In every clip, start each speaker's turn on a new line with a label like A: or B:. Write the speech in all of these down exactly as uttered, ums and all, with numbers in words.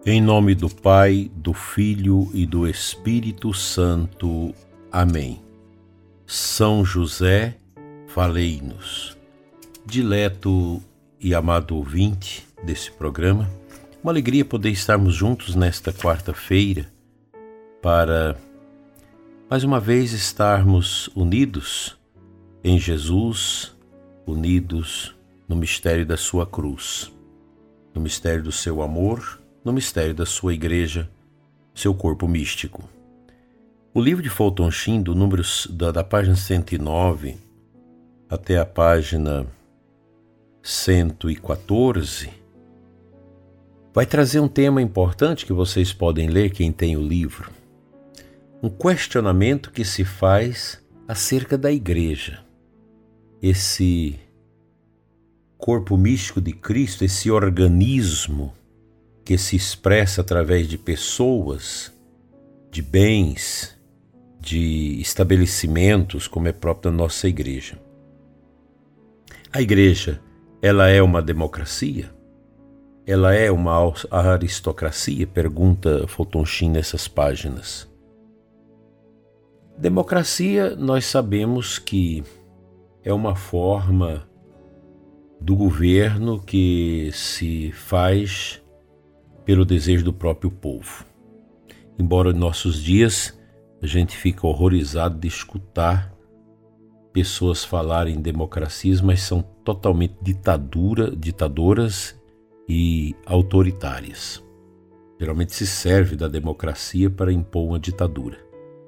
A: Em nome do Pai, do Filho e do Espírito Santo. Amém. São José, falei-nos. Dileto e amado ouvinte desse programa, uma alegria poder estarmos juntos nesta quarta-feira para, mais uma vez, estarmos unidos em Jesus, unidos no mistério da sua cruz, no mistério do seu amor, no mistério da sua igreja, seu corpo místico. O livro de Fulton Sheen, do número, da, da página cento e nove até a página cento e quatorze, vai trazer um tema importante que vocês podem ler, quem tem o livro. Um questionamento que se faz acerca da igreja. Esse corpo místico de Cristo, esse organismo que se expressa através de pessoas, de bens, de estabelecimentos, como é próprio da nossa igreja. A igreja, ela é uma democracia? Ela é uma aristocracia? Pergunta Fulton Sheen nessas páginas. Democracia, nós sabemos que é uma forma do governo que se faz pelo desejo do próprio povo. Embora em nossos dias a gente fica horrorizado de escutar pessoas falarem em democracias, mas são totalmente ditadura, ditadoras e autoritárias. Geralmente se serve da democracia para impor uma ditadura.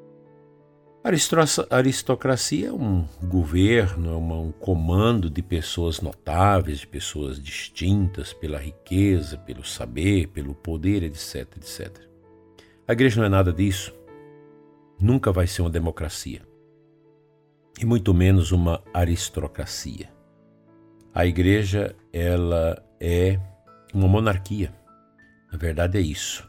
A: A aristocracia é um governo, é uma, um comando de pessoas notáveis, de pessoas distintas pela riqueza, pelo saber, pelo poder, etc, etcétera. A igreja não é nada disso. Nunca vai ser uma democracia. E muito menos uma aristocracia. A igreja, ela é uma monarquia. Na verdade é isso.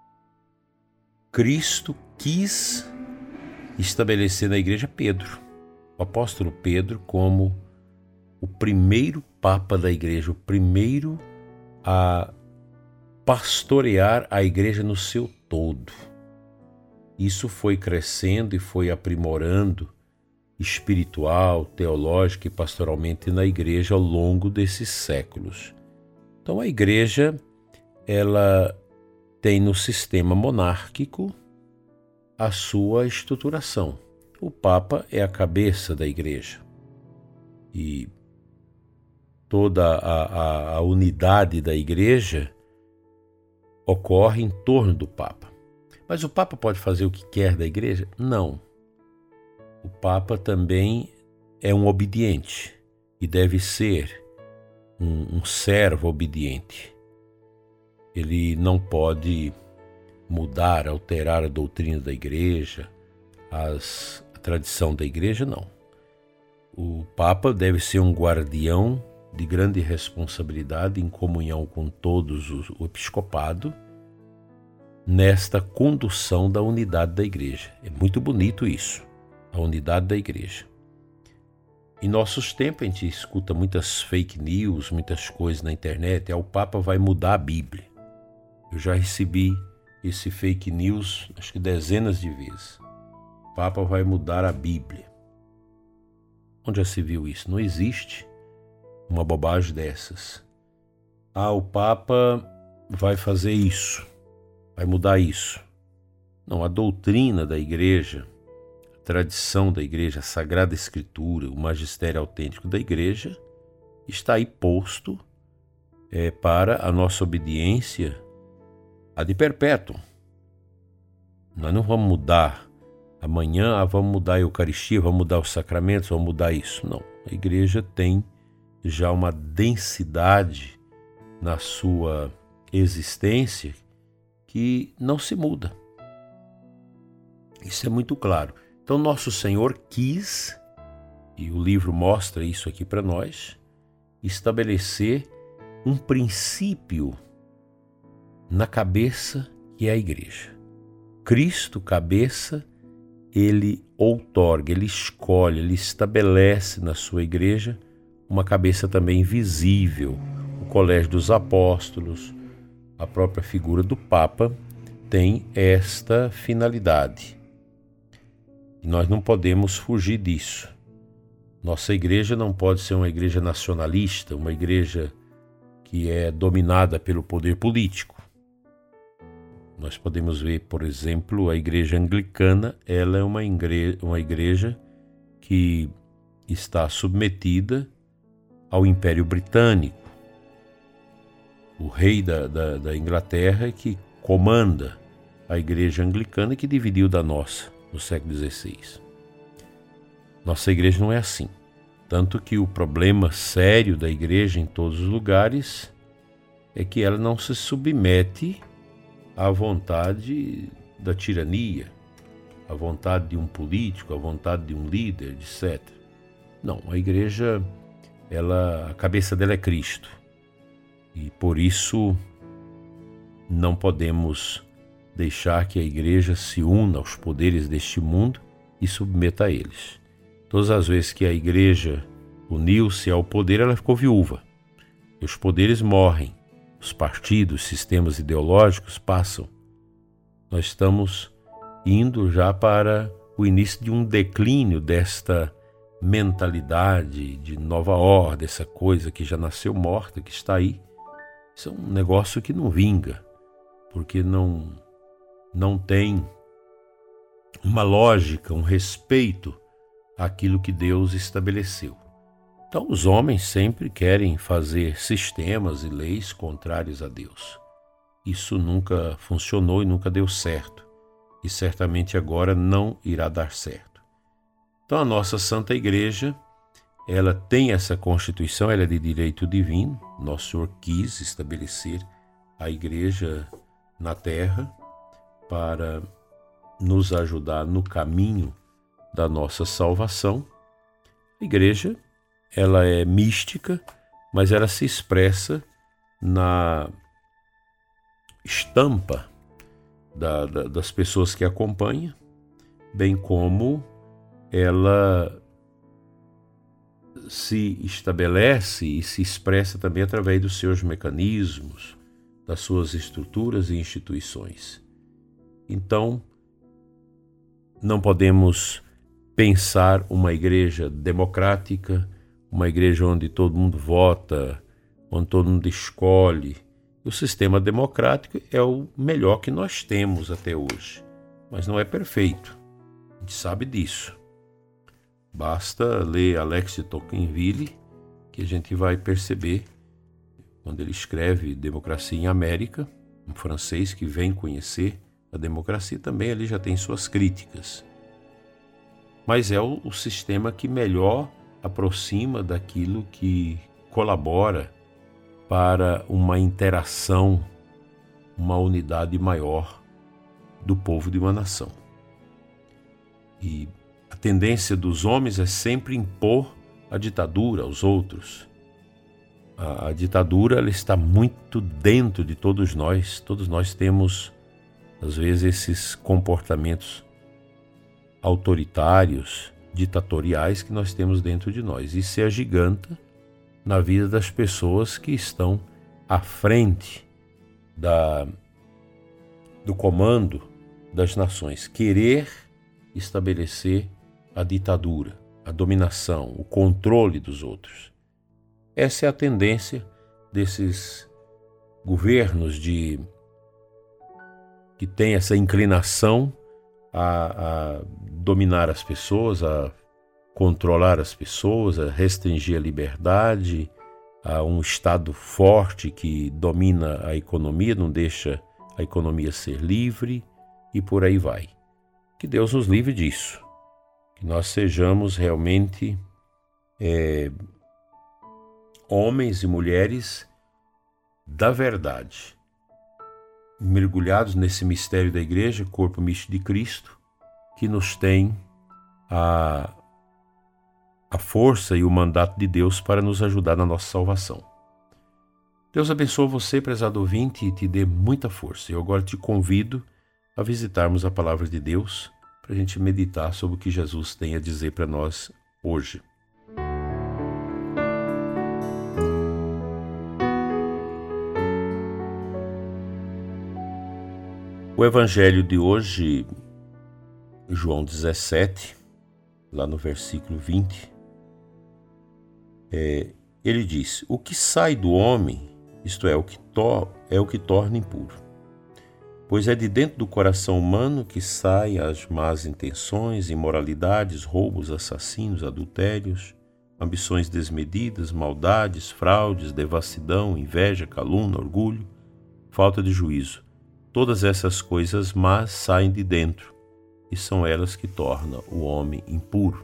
A: Cristo quis estabelecer na igreja Pedro, o apóstolo Pedro, como o primeiro papa da igreja, o primeiro a pastorear a igreja no seu todo. Isso foi crescendo e foi aprimorando espiritual, teológica e pastoralmente na igreja ao longo desses séculos. Então a igreja, ela tem no sistema monárquico a sua estruturação. O Papa é a cabeça da igreja e toda a, a, a unidade da igreja ocorre em torno do Papa. Mas o Papa pode fazer o que quer da igreja? Não. O Papa também é um obediente e deve ser um, um servo obediente. Ele não pode mudar, alterar a doutrina da igreja, as, a tradição da igreja, não. O Papa deve ser um guardião de grande responsabilidade em comunhão com todos os, o episcopado nesta condução da unidade da igreja. É muito bonito isso, a unidade da igreja. Em nossos tempos a gente escuta muitas fake news, muitas coisas na internet, ah, o Papa vai mudar a Bíblia. Eu já recebi esse fake news, acho que dezenas de vezes. O Papa vai mudar a Bíblia. Onde já se viu isso? Não existe uma bobagem dessas. Ah, o Papa vai fazer isso, vai mudar isso. Não, a doutrina da igreja, a tradição da igreja, a Sagrada Escritura, o magistério autêntico da igreja está aí posto é, para a nossa obediência a de perpétuo. Nós não vamos mudar amanhã, ah, vamos mudar a Eucaristia, vamos mudar os sacramentos, vamos mudar isso. Não, a igreja tem já uma densidade na sua existência que não se muda. Isso é muito claro. Então nosso Senhor quis, e o livro mostra isso aqui para nós, estabelecer um princípio na cabeça que é a igreja. Cristo, cabeça, ele outorga, ele escolhe, ele estabelece na sua igreja uma cabeça também visível, o colégio dos apóstolos, a própria figura do Papa tem esta finalidade. E nós não podemos fugir disso. Nossa igreja não pode ser uma igreja nacionalista, uma igreja que é dominada pelo poder político. Nós podemos ver, por exemplo, a igreja anglicana, ela é uma igreja, uma igreja que está submetida ao Império Britânico. O rei da, da, da Inglaterra é que comanda a igreja anglicana, que dividiu da nossa no século dezesseis. Nossa igreja não é assim. Tanto que o problema sério da igreja em todos os lugares é que ela não se submete à vontade da tirania, à vontade de um político, à vontade de um líder, etcétera. Não, a igreja, ela, a cabeça dela é Cristo. E por isso não podemos deixar que a igreja se una aos poderes deste mundo e submeta a eles. Todas as vezes que a igreja uniu-se ao poder, ela ficou viúva. E os poderes morrem, os partidos, sistemas ideológicos passam. Nós estamos indo já para o início de um declínio desta mentalidade de nova ordem, essa coisa que já nasceu morta, que está aí. Isso é um negócio que não vinga, porque não, não tem uma lógica, um respeito àquilo que Deus estabeleceu. Então os homens sempre querem fazer sistemas e leis contrários a Deus. Isso nunca funcionou e nunca deu certo, e certamente agora não irá dar certo. Então a nossa Santa Igreja, ela tem essa Constituição, ela é de direito divino. Nosso Senhor quis estabelecer a Igreja na terra para nos ajudar no caminho da nossa salvação. A Igreja, ela é mística, mas ela se expressa na estampa da, da, das pessoas que acompanham, bem como ela se estabelece e se expressa também através dos seus mecanismos, das suas estruturas e instituições. Então, não podemos pensar uma igreja democrática, uma igreja onde todo mundo vota, onde todo mundo escolhe. O sistema democrático é o melhor que nós temos até hoje, mas não é perfeito. A gente sabe disso. Basta ler Alex de Tocqueville, que a gente vai perceber, quando ele escreve Democracia em América, um francês que vem conhecer a democracia, também ele já tem suas críticas. Mas é o, o sistema que melhor aproxima daquilo que colabora para uma interação, uma unidade maior do povo de uma nação. E a tendência dos homens é sempre impor a ditadura aos outros. A, a ditadura, ela está muito dentro de todos nós. Todos nós temos, às vezes, esses comportamentos autoritários, ditatoriais que nós temos dentro de nós. Isso se agiganta na vida das pessoas que estão à frente da, do comando das nações. Querer estabelecer a ditadura, a dominação, o controle dos outros. Essa é a tendência desses governos de, que têm essa inclinação a, a dominar as pessoas, a controlar as pessoas, a restringir a liberdade, a um Estado forte que domina a economia, não deixa a economia ser livre e por aí vai. Que Deus nos livre disso, que nós sejamos realmente é, homens e mulheres da verdade, mergulhados nesse mistério da igreja, corpo místico de Cristo, que nos tem a, a força e o mandato de Deus para nos ajudar na nossa salvação. Deus abençoe você, prezado ouvinte, e te dê muita força. Eu agora te convido a visitarmos a Palavra de Deus para a gente meditar sobre o que Jesus tem a dizer para nós hoje. O evangelho de hoje, João dezessete, lá no versículo vinte, é, ele diz: o que sai do homem, isto é, o que, to- é o que torna impuro. Pois é de dentro do coração humano que saem as más intenções, imoralidades, roubos, assassinos, adultérios, ambições desmedidas, maldades, fraudes, devassidão, inveja, calúnia, orgulho, falta de juízo. Todas essas coisas más saem de dentro e são elas que tornam o homem impuro.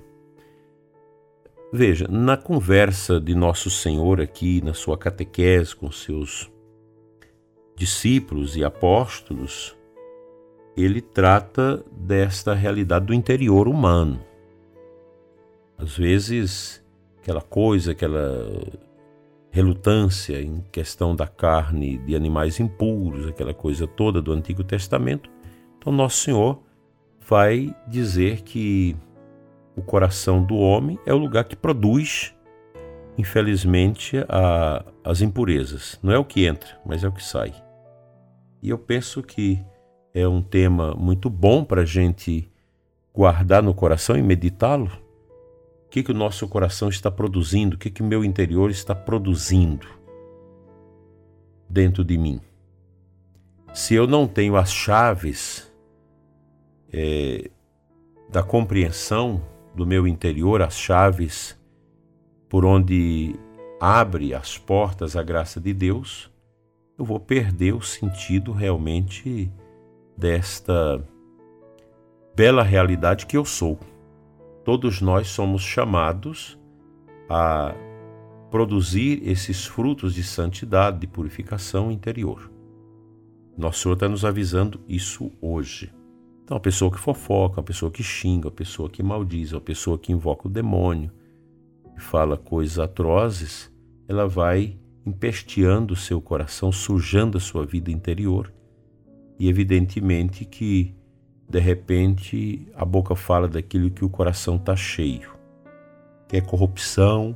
A: Veja, na conversa de Nosso Senhor aqui, na sua catequese com seus discípulos e apóstolos, ele trata desta realidade do interior humano. Às vezes, aquela coisa, aquela relutância em questão da carne de animais impuros, aquela coisa toda do Antigo Testamento. Então, Nosso Senhor vai dizer que o coração do homem é o lugar que produz, infelizmente, a, as impurezas. Não é o que entra, mas é o que sai. E eu penso que é um tema muito bom para a gente guardar no coração e meditá-lo. O que, que o nosso coração está produzindo? O que, que o meu interior está produzindo dentro de mim? Se eu não tenho as chaves é, da compreensão do meu interior, as chaves por onde abre as portas à graça de Deus, eu vou perder o sentido realmente desta bela realidade que eu sou. Todos nós somos chamados a produzir esses frutos de santidade, de purificação interior. Nosso Senhor está nos avisando isso hoje. Então, a pessoa que fofoca, a pessoa que xinga, a pessoa que maldiz, a pessoa que invoca o demônio, que fala coisas atrozes, ela vai empesteando o seu coração, sujando a sua vida interior. E evidentemente que, de repente, a boca fala daquilo que o coração está cheio, que é corrupção,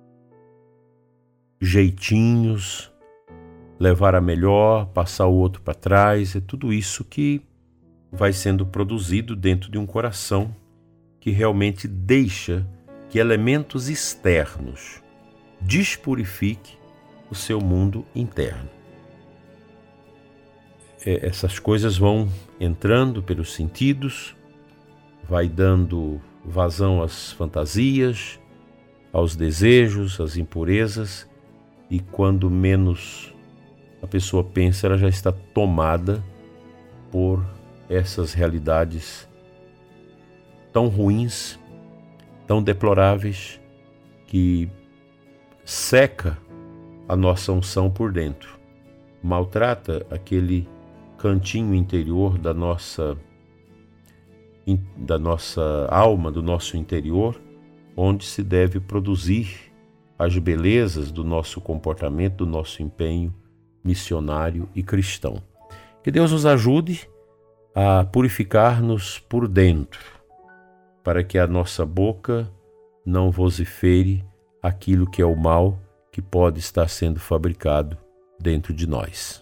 A: jeitinhos, levar a melhor, passar o outro para trás, é tudo isso que vai sendo produzido dentro de um coração que realmente deixa que elementos externos despurifiquem o seu mundo interno. É, essas coisas vão entrando pelos sentidos, vai dando vazão às fantasias, aos desejos, às impurezas, e quando menos a pessoa pensa, ela já está tomada por essas realidades tão ruins, tão deploráveis, que seca a nossa unção por dentro, maltrata aquele cantinho interior da nossa, da nossa alma, do nosso interior, onde se deve produzir as belezas do nosso comportamento, do nosso empenho missionário e cristão. Que Deus nos ajude a purificar-nos por dentro, para que a nossa boca não vocifere aquilo que é o mal que pode estar sendo fabricado dentro de nós.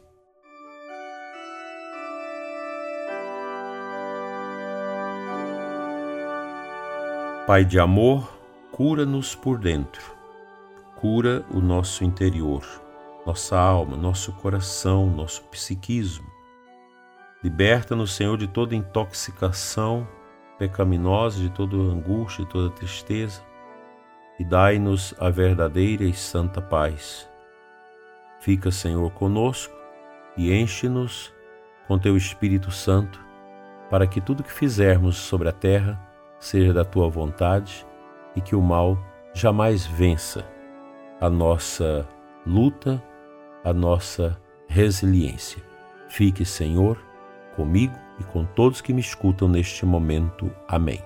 A: Pai de amor, cura-nos por dentro, cura o nosso interior, nossa alma, nosso coração, nosso psiquismo. Liberta-nos, Senhor, de toda intoxicação pecaminosa, de toda angústia, de toda tristeza, e dai-nos a verdadeira e santa paz. Fica, Senhor, conosco e enche-nos com Teu Espírito Santo, para que tudo que fizermos sobre a terra seja da Tua vontade e que o mal jamais vença a nossa luta, a nossa resiliência. Fique, Senhor, comigo e com todos que me escutam neste momento. Amém.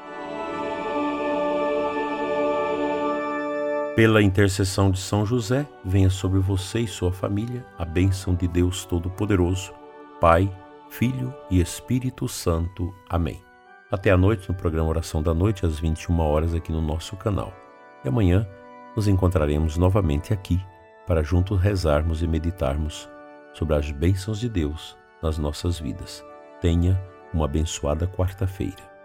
A: Pela intercessão de São José, venha sobre você e sua família a bênção de Deus Todo-Poderoso, Pai, Filho e Espírito Santo. Amém. Até a noite no programa Oração da Noite, às vinte e uma horas, aqui no nosso canal. E amanhã nos encontraremos novamente aqui para juntos rezarmos e meditarmos sobre as bênçãos de Deus nas nossas vidas. Tenha uma abençoada quarta-feira.